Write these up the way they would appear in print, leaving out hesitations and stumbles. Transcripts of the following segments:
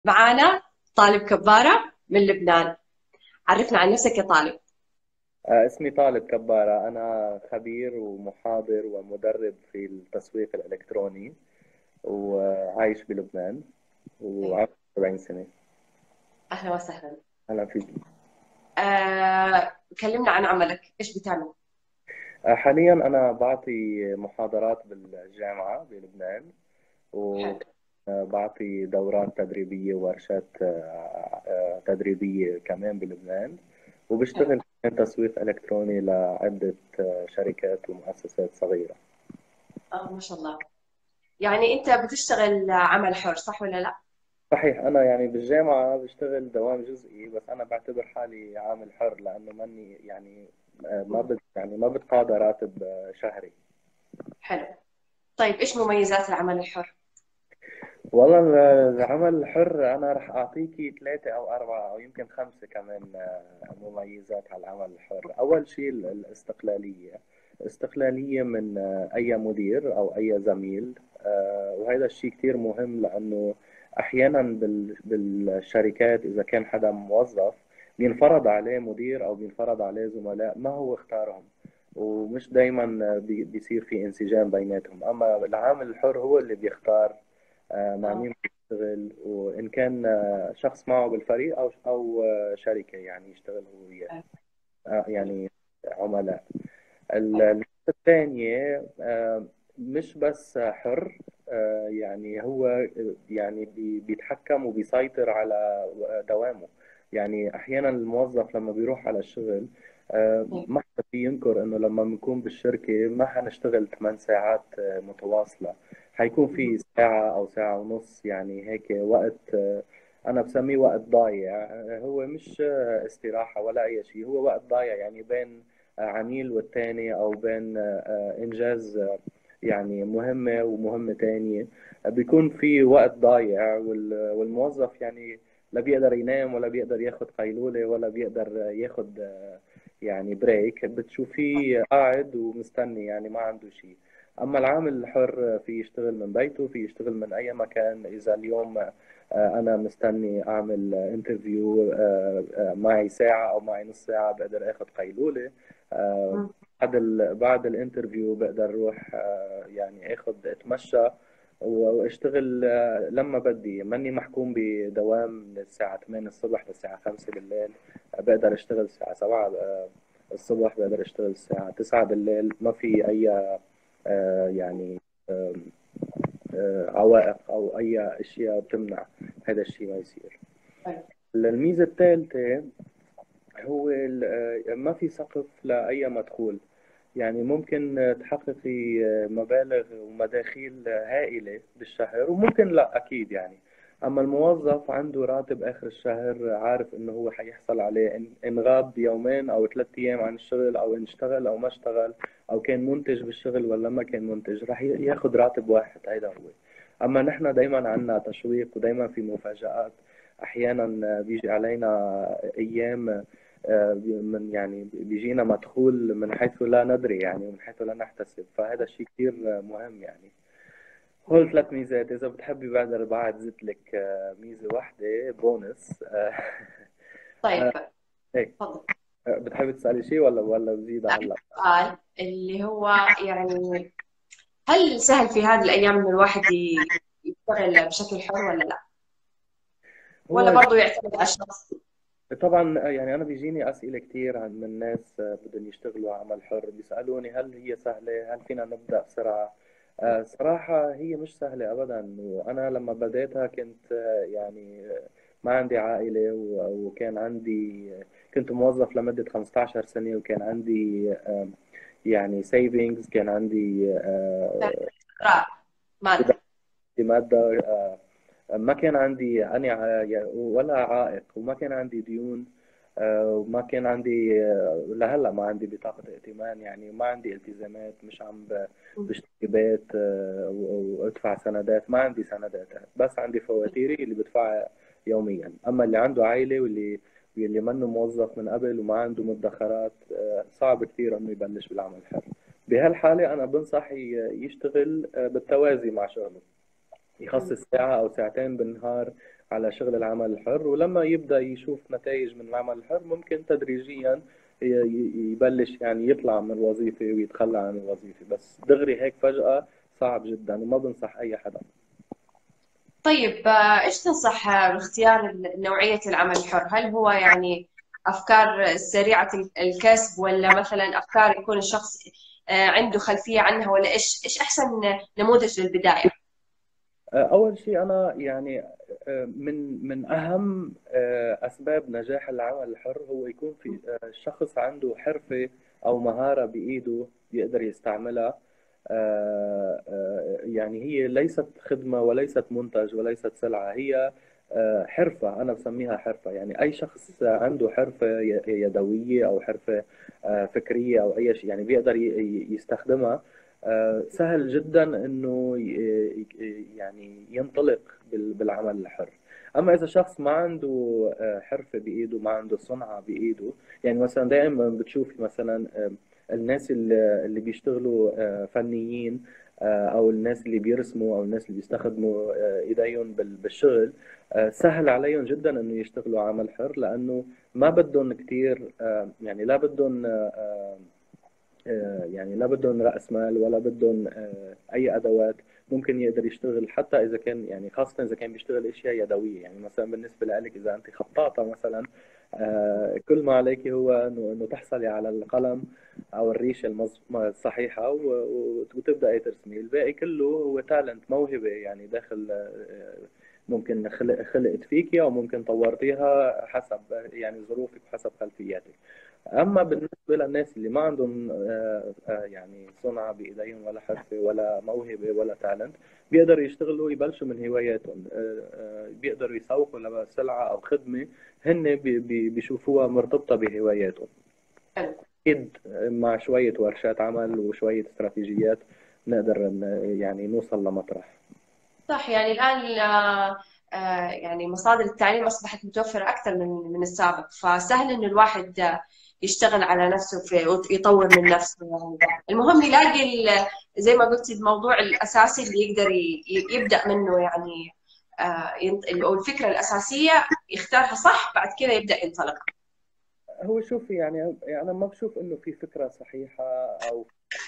معانا طالب كبارة من لبنان. عرفنا عن نفسك يا طالب. اسمي طالب كبارة. أنا خبير ومحاضر ومدرب في التسويق الإلكتروني، وعايش بلبنان حلو. وعمري 40 سنة. أهلا وسهلا. أهلا فيك. كلمنا عن عملك، إيش بتعمل؟ حاليا أنا بعطي محاضرات بالجامعة بلبنان، حلو. وبعطي دورات تدريبية وورشات تدريبية كمان بلبنان، حلو. وبشتغل كمان تسويق إلكتروني لعدة شركات ومؤسسات صغيرة. ما شاء الله. يعني أنت بتشتغل عمل حر صح ولا لا؟ صحيح، أنا يعني بالجامعة بشتغل دوام جزئي، بس أنا بعتبر حالي عامل حر لأنه ماني يعني ما مم. بت يعني ما بتقاضى راتب شهري. حلو. طيب إيش مميزات العمل الحر؟ والله العمل الحر أنا رح أعطيكي ثلاثة أو أربعة أو يمكن خمسة كمان مميزات على العمل الحر. أول شيء الاستقلالية. استقلالية من أي مدير أو أي زميل، وهذا الشيء كتير مهم لأنه أحيانا بالشركات إذا كان حدا موظف بينفرض عليه مدير أو بينفرض عليه زملاء ما هو اختارهم، ومش دايما بيصير في انسجام بيناتهم. أما العامل الحر هو اللي بيختار مع آه. مين بيشتغل، وإن كان شخص معه بالفريق أو شركة يعني يشتغل هو وياه، حلو. حلو. يعني عملاء. حلو. النقطة الثانية، مش بس حر، يعني هو يعني بيتحكم وبيسيطر على دوامه. يعني أحيانا الموظف لما بيروح على الشغل، حلو. ما حدا في ينكر إنه لما بنكون بالشركة ما حنشتغل 8 ساعات متواصلة. حيكون مم. في ساعة أو ساعة ونص، يعني هيك وقت أنا بسميه وقت ضايع. هو مش استراحة ولا أي شيء، هو وقت ضايع يعني بين عميل والتاني، أو بين إنجاز يعني مهمة ومهمة تانية. بيكون في وقت ضايع، والموظف يعني لا بيقدر ينام ولا بيقدر ياخد قيلولة ولا بيقدر ياخد يعني بريك. بتشوفيه قاعد ومستني، يعني ما عنده شيء. أما العامل الحر في يشتغل من بيته، في يشتغل من أي مكان. إذا اليوم أنا مستني أعمل انترفيو، معي ساعة أو معي نص ساعة، بقدر آخد قيلولة. آه، مم. بعد الانترفيو بقدر أروح يعني آخد أتمشى واشتغل لما بدي. ماني محكوم بدوام من الساعة 8 الصبح للساعة 5 بالليل. بقدر اشتغل الساعة 7 الصبح، بقدر اشتغل الساعة 9 بالليل. ما في أي يعني آه، عوائق أو أي أشياء بتمنع هذا الشيء ما يصير. حلو. الميزة الثالثة هو ما في سقف لأي مدخول. يعني ممكن تحققي مبالغ ومداخيل هائلة بالشهر، وممكن لا أكيد يعني. أما الموظف عنده راتب آخر الشهر، عارف إنه هو حيحصل عليه إن غاب يومين أو 3 أيام عن الشغل، أو إن اشتغل أو ما اشتغل، أو كان منتج بالشغل ولا ما كان منتج، راح ياخد راتب واحد. هيدا هو. أما نحن دايما عنا تشويق ودايما في مفاجآت. أحيانا بيجي علينا أيام من يعني بيجينا مدخول من حيث لا ندري، يعني من حيث لا نحتسب. فهذا الشيء كثير مهم يعني. هول 3 ميزات. إذا بتحبي بقدر بعد زدت لك ميزة واحدة بونس. طيب. آه، هيك. تفضل. بتحبي تسألي شيء ولا بزيد هلا؟ سؤال اللي هو يعني هل سهل في هذه الأيام إنه الواحد يشتغل بشكل حر ولا لا؟ ولا هو برضه يعتمد على الشخص؟ طبعا يعني أنا بيجيني أسئلة كثير من ناس بدهم يشتغلوا عمل حر، بيسألوني هل هي سهلة، هل فينا نبدأ بسرعة. صراحة هي مش سهلة أبدا. وأنا لما بديتها كنت يعني ما عندي عائلة، وكان عندي كنت موظف لمدة 15 سنة، وكان عندي يعني سيفينجز، كان عندي استقرار مادي. مادة. ما كان عندي أنا ولا عائق، وما كان عندي ديون. وما كان عندي لهلا ما عندي بطاقة ائتمان، يعني ما عندي التزامات. مش عم بشتري بيت وادفع سندات. ما عندي سندات، بس عندي فواتيري اللي بدفعها يوميا. أما اللي عنده عائلة واللي منه موظف من قبل وما عنده مدخرات، صعب كثير إنه يبلش بالعمل الحر. بهالحالة أنا بنصح يشتغل بالتوازي مع شغله. يخصص ساعة أو ساعتين بالنهار على شغل العمل الحر، ولما يبدأ يشوف نتائج من العمل الحر ممكن تدريجيا يبلش يعني يطلع من الوظيفة ويتخلى عن الوظيفة. بس دغري هيك فجأة صعب جدا، وما بنصح أي حدا. طيب ايش تنصح باختيار نوعية العمل الحر؟ هل هو يعني افكار سريعة الكسب، ولا مثلا افكار يكون الشخص عنده خلفية عنها، ولا ايش احسن نموذج للبداية؟ أول شيء أنا يعني من أهم أسباب نجاح العمل الحر هو يكون في شخص عنده حرفة أو مهارة بإيده يقدر يستعملها. يعني هي ليست خدمة وليست منتج وليست سلعة، هي حرفة. أنا بسميها حرفة. يعني أي شخص عنده حرفة يدوية أو حرفة فكرية أو أي شيء يعني بيقدر يستخدمها. سهل جدا انه يعني ينطلق بالعمل الحر. اما اذا شخص ما عنده حرفة بايده، ما عنده صنعة بايده، يعني مثلا دائما بتشوفي مثلا الناس اللي بيشتغلوا فنيين، او الناس اللي بيرسموا او الناس اللي بيستخدموا ايديهم بالشغل، سهل عليهم جدا انه يشتغلوا عمل حر، لانه ما بدهم كثير يعني لا بدهم يعني لا بدهم رأس مال ولا بدهم أي أدوات. ممكن يقدر يشتغل حتى إذا كان يعني خاصة إذا كان بيشتغل أشياء يدوية. يعني مثلا بالنسبة لك إذا أنت خطاطة مثلا، كل ما عليك هو إنه تحصلي على القلم أو الريشة الصحيحة وتبدأي ترسمي. الباقي كله هو تالنت، موهبة يعني داخل ممكن خلقت فيكي أو ممكن طورتيها حسب يعني ظروفك وحسب خلفياتك. اما بالنسبه للناس اللي ما عندهم يعني صنعه بايديهم ولا حرفه ولا موهبه ولا تالنت، بيقدروا يشتغلوا يبلشوا من هواياتهم. بيقدروا يسوقوا لسلعه او خدمه هن بيشوفوها مرتبطه بهواياتهم. حلو. اكيد مع شويه ورشات عمل وشويه استراتيجيات نقدر يعني نوصل لمطرح. صح، يعني الآن يعني مصادر التعليم أصبحت متوفرة أكثر من السابق، فسهل إنه الواحد يشتغل على نفسه يطور من نفسه. يعني المهم يلاقي زي ما قلتي الموضوع الأساسي اللي يقدر يبدأ منه، يعني أو الفكرة الأساسية يختارها صح، بعد كده يبدأ ينطلق. هو شوفي يعني انا ما بشوف انه في فكره صحيحه او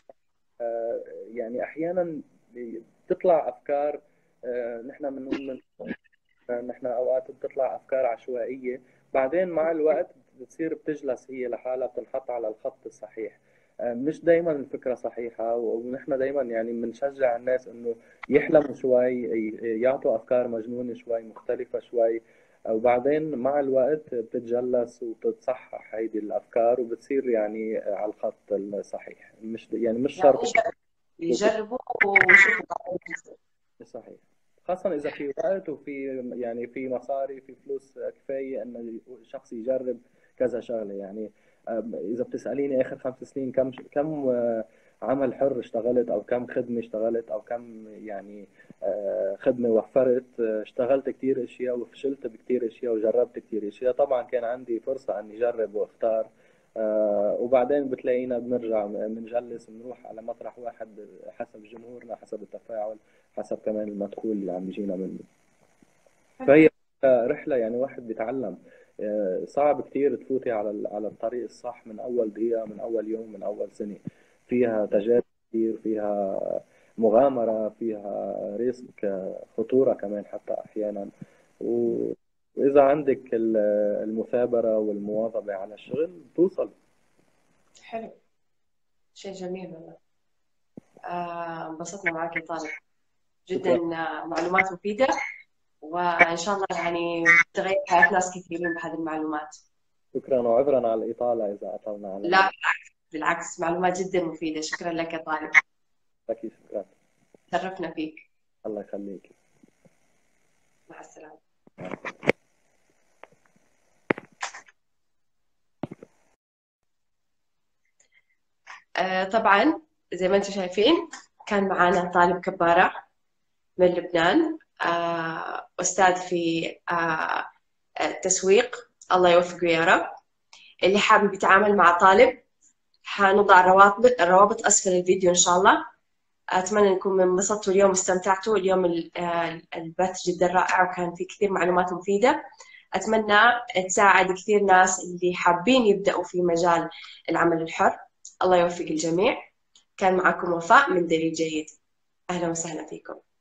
يعني احيانا بتطلع افكار نحن بنقول نحن اوقات بتطلع افكار عشوائيه، بعدين مع الوقت بتصير بتجلس هي لحالها، بتنحط على الخط الصحيح. مش دائما الفكره صحيحه، ونحن دائما يعني بنشجع الناس انه يحلموا شوي، يعطوا افكار مجنونه شوي، مختلفه شوي، وبعدين مع الوقت بتتجلس وبتتصحح هيدي الافكار وبتصير يعني على الخط الصحيح. مش يعني مش يعني شرط يجربوا ويشوفوا بعدين شو يصير. صحيح. خاصة إذا في وقت وفي يعني في مصاري، في فلوس كفاية إنه شخص يجرب كذا شغلة. يعني إذا بتسأليني آخر 5 سنين كم عمل حر اشتغلت، أو كم خدمة اشتغلت، أو كم يعني خدمة وفرت، اشتغلت كتير أشياء وفشلت بكتير أشياء وجربت كتير أشياء. طبعا كان عندي فرصة أني أجرب وأختار. وبعدين بتلاقينا بنرجع بنجلس بنروح على مطرح واحد حسب جمهورنا، حسب التفاعل، حسب كمان المدخول اللي عم بيجينا منه. فهي رحلة يعني واحد بيتعلم. صعب كتير تفوتي على الطريق الصح من أول دقيقة، من أول يوم، من أول سنة. فيها تجارب كتير، فيها مغامرة، فيها ريسك، خطورة كمان حتى أحيانا. وإذا عندك المثابرة والمواظبة على الشغل توصل. حلو، شيء جميل والله. انبسطنا معك يا طارق جدا. شكرا. معلومات مفيدة، وإن شاء الله يعني تغير حياة ناس كثيرين بهذه المعلومات. شكرا، وعذرا على الإطالة إذا أطلنا على لا، بالعكس معلومات جدا مفيدة. شكرا لك يا طارق، لك. شكرا. شرفنا فيك. الله يخليك. مع السلامة. طبعا زي ما انتم شايفين كان معنا طالب كبارة من لبنان، أستاذ في التسويق. الله يوفقه يا رب. اللي حابب يتعامل مع طالب حنضع الروابط أسفل الفيديو إن شاء الله. أتمنى أنكم انبسطتوا اليوم واستمتعتوا اليوم. البث جدا رائع وكان في كثير معلومات مفيدة. أتمنى تساعد كثير ناس اللي حابين يبدأوا في مجال العمل الحر. الله يوفق الجميع. كان معكم وفاء من دليل جيد. أهلا وسهلا فيكم.